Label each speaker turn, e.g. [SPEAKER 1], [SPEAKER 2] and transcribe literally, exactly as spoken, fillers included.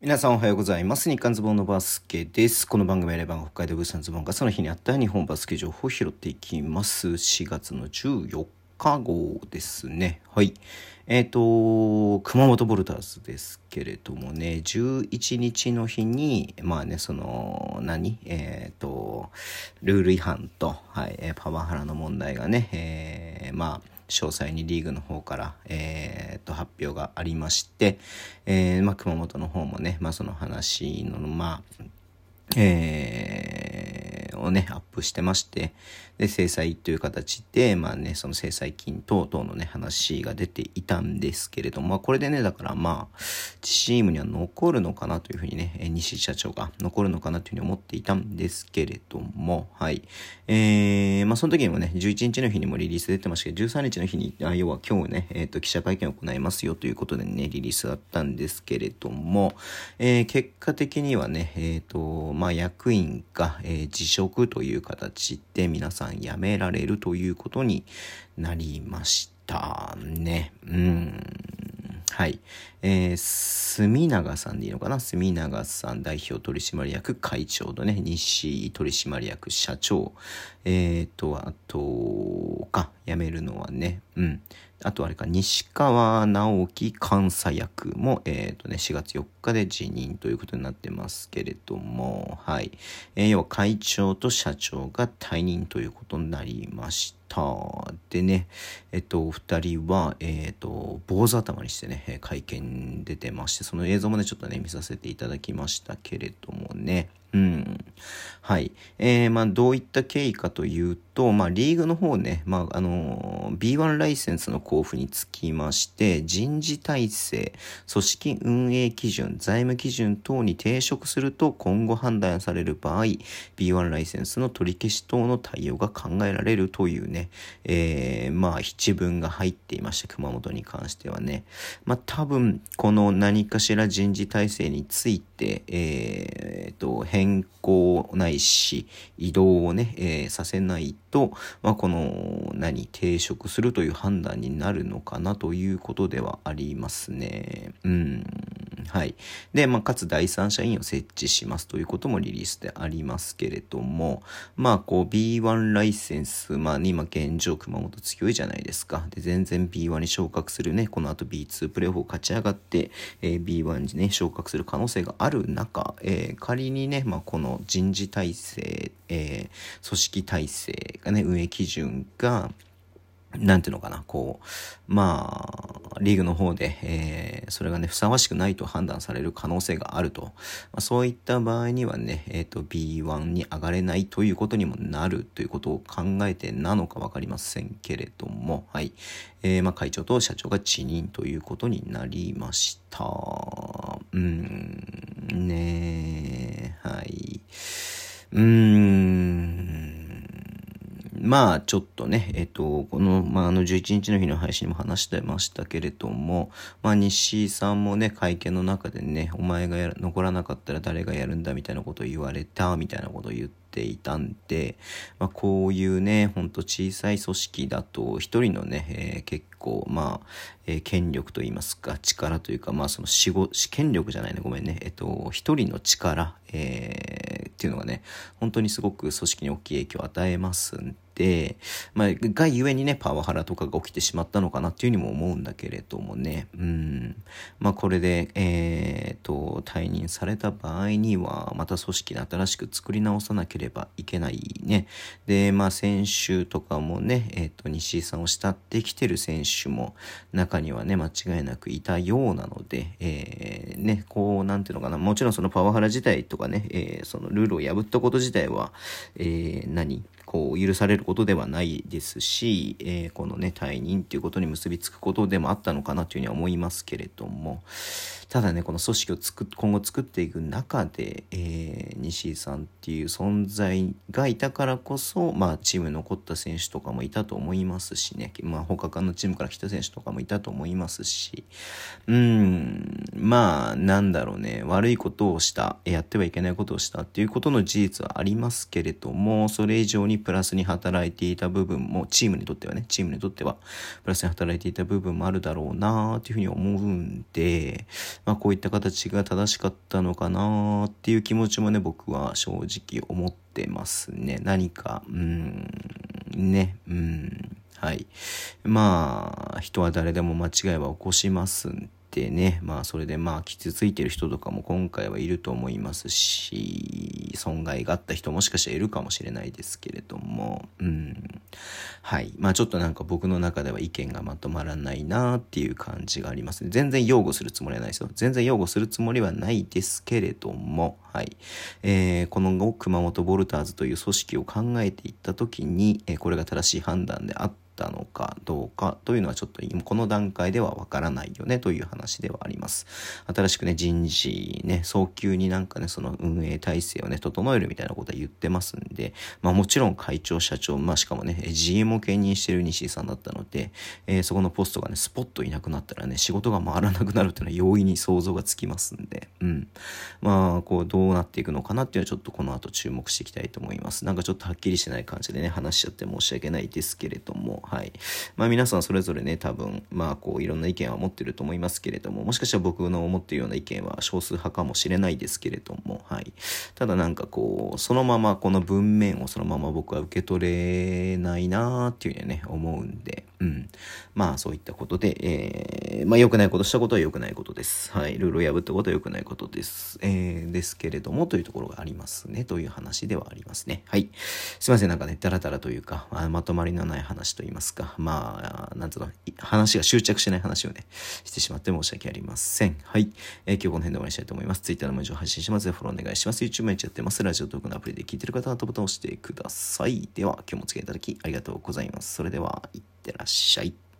[SPEAKER 1] 皆さんおはようございます。日刊ズボンのバスケです。この番組はレバン北海道物産ズボンがその日にあった日本バスケ情報を拾っていきます。しがつのじゅうよっか号ですね。はい。えっ、と、熊本ボルターズですけれどもね、じゅういちにちの日に、まあね、その、何えっ、と、ルール違反と、はい、パワハラの問題がね、えー、まあ、詳細にリーグの方から、えー、と発表がありまして、えーまあ、熊本の方もね、まあ、その話の、まあえー、をね、アップしてまして、で、制裁という形で、まあね、その制裁金等々のね、話が出ていたんですけれども、まあこれでね、だからまあ、チームには残るのかなというふうにね、西社長が残るのかなというふうに思っていたんですけれども、はい。えー、まあその時にもね、じゅういちにちの日にもリリース出てましたけど、じゅうさんにちの日に、あ要は今日ね、えっ、ー、と、記者会見を行いますよということでね、リリースだったんですけれども、えー、結果的にはね、えっ、ー、と、まあ役員が、えー、辞職という形で皆さん辞められるということになりましたね。うん。はい。えー、住永さんでいいのかな住永さん代表取締役会長とね、西取締役社長。えーと、あと、か、辞めるのはね、うん。あとあれか、西川直樹監査役も、えーとね、しがつよっかで辞任ということになってますけれども、はい。えー、要は会長と社長が退任ということになりました。でね、えっと、二人は、えっと、坊主頭にしてね、会見出てまして、その映像もね、ちょっとね、見させていただきましたけれどもね、うん。はい。えー、まあ、どういった経緯かというと、まあ、リーグの方ね、まあ、あのー、ビーワン ライセンスの交付につきまして、人事体制、組織運営基準、財務基準等に抵触すると今後判断される場合、ビーワン ライセンスの取り消し等の対応が考えられるというね、えー、まあ、一文が入っていまして、熊本に関してはね。まあ、多分、この何かしら人事体制について、えー、と、変更ないし、移動をね、えー、させないと、まあ、この、何、抵触するという判断になるのかなということではありますね。うん。はい。で、まあ、かつ第三者委員を設置しますということもリリースでありますけれども、まあ、こう ビーワン ライセンス、まあ、今現状熊本強いじゃないですか。で、全然 ビーワン に昇格するね、この後 ビーツー プレーオフを勝ち上がって、えー、ビーワン にね、昇格する可能性がある中、えー、仮にね、まあ、この人事体制、えー、組織体制がね、運営基準が、なんていうのかな、こう、まあ、リーグの方で、えー、それがね、ふさわしくないと判断される可能性があると。まあ、そういった場合にはね、えっと、ビーワン に上がれないということにもなるということを考えてなのかわかりませんけれども、はい。えー、まあ、会長と社長が辞任ということになりました。うーん、ねはい。うーん。まあちょっとね、えっと、この、まああのじゅういちにちの日の配信にも話してましたけれども、まあ西井さんもね、会見の中でね、お前がや残らなかったら誰がやるんだみたいなことを言われた、みたいなことを言っていたんで、まあこういうね、ほんと小さい組織だと、一人のね、えー、結構、まあ、えー、権力といいますか、力というか、まあその仕事、権力じゃないね、ごめんね、えっと、一人の力、えー、っていうのがね、本当にすごく組織に大きい影響を与えますんで、まあ、がゆえにね、パワハラとかが起きてしまったのかなっていうふうにも思うんだけれどもね、うん。まあ、これで、えーと、退任された場合には、また組織で新しく作り直さなければいけないね。で、まあ、選手とかもね、えーと、西井さんを慕ってきてる選手も、中にはね、間違いなくいたようなので、えー、ね、こう、なんていうのかな、もちろんそのパワハラ自体とかね、えー、そのルールを破ったこと自体は、えー、何こう許されることではないですし、えー、このね退任っていうことに結びつくことでもあったのかなというふうには思いますけれども、ただねこの組織を作っ今後作っていく中で、えー、西井さんっていう存在がいたからこそ、まあチームに残った選手とかもいたと思いますしね、まあ他のチームから来た選手とかもいたと思いますし、うーんまあなんだろうね、悪いことをした、やってはいけないことをしたっていうことの事実はありますけれども、それ以上にプラスに働いていた部分もチームにとってはねチームにとってはプラスに働いていた部分もあるだろうなっていうふうに思うんで、 まあこういった形が正しかったのかなっていう気持ちもね、僕は正直思ってますね。何か、うーん、ね、うん、はい。まあ、人は誰でも間違いは起こしますんでね、まあそれでまあ傷ついてる人とかも今回はいると思いますし、損害があった人もしかしたらいるかもしれないですけれども、うん、はい。まあちょっとなんか僕の中では意見がまとまらないなっていう感じがありますね。全然擁護するつもりはないですよ。全然擁護するつもりはないですけれども、はい。えー、この後、熊本ボルターズという組織を考えていったときに、えー、これが正しい判断であったたのかどうかというのはちょっとこの段階ではわからないよねという話ではあります。新しくね、人事ね、早急になんかね、その運営体制をね、整えるみたいなことは言ってますんで、まあもちろん会長、社長、まあしかもね、ジーエム を兼任している西井さんだったので、えー、そこのポストがね、スポッといなくなったらね、仕事が回らなくなるっていうのは容易に想像がつきますんで、うん。まあ、こう、どうなっていくのかなっていうのはちょっとこの後注目していきたいと思います。なんかちょっとはっきりしてない感じでね、話しちゃって申し訳ないですけれども、はい。まあ皆さんそれぞれね、多分、まあこういろんな意見は持ってると思いますけれども、もしかしたら僕の思っているような意見は少数派かもしれないですけれども、はい。ただなんかこう、そのままこの文面をそのまま僕は受け取れないなーっていうふうにね、思うんで、うん。まあそういったことで、えー、まあ良くないことしたことは良くないことです。はい。ルールを破ったことは良くないことです。えー、ですけれども、というところがありますね、という話ではありますね。はい。すいません、なんかね、ダラダラというか、まあ、まとまりのない話といいますか、まあ、なんつうの、話が執着しない話をね、してしまって申し訳ありません。はい。えー、今日この辺で終わりにしたいと思います。Twitter の文章を配信しますので、フォローお願いします。YouTube 毎日やってます。ラジオトークのアプリで聞いてる方はボタンを押してください。では、今日もお付き合いいただきありがとうございます。それでは、いってらっしゃい。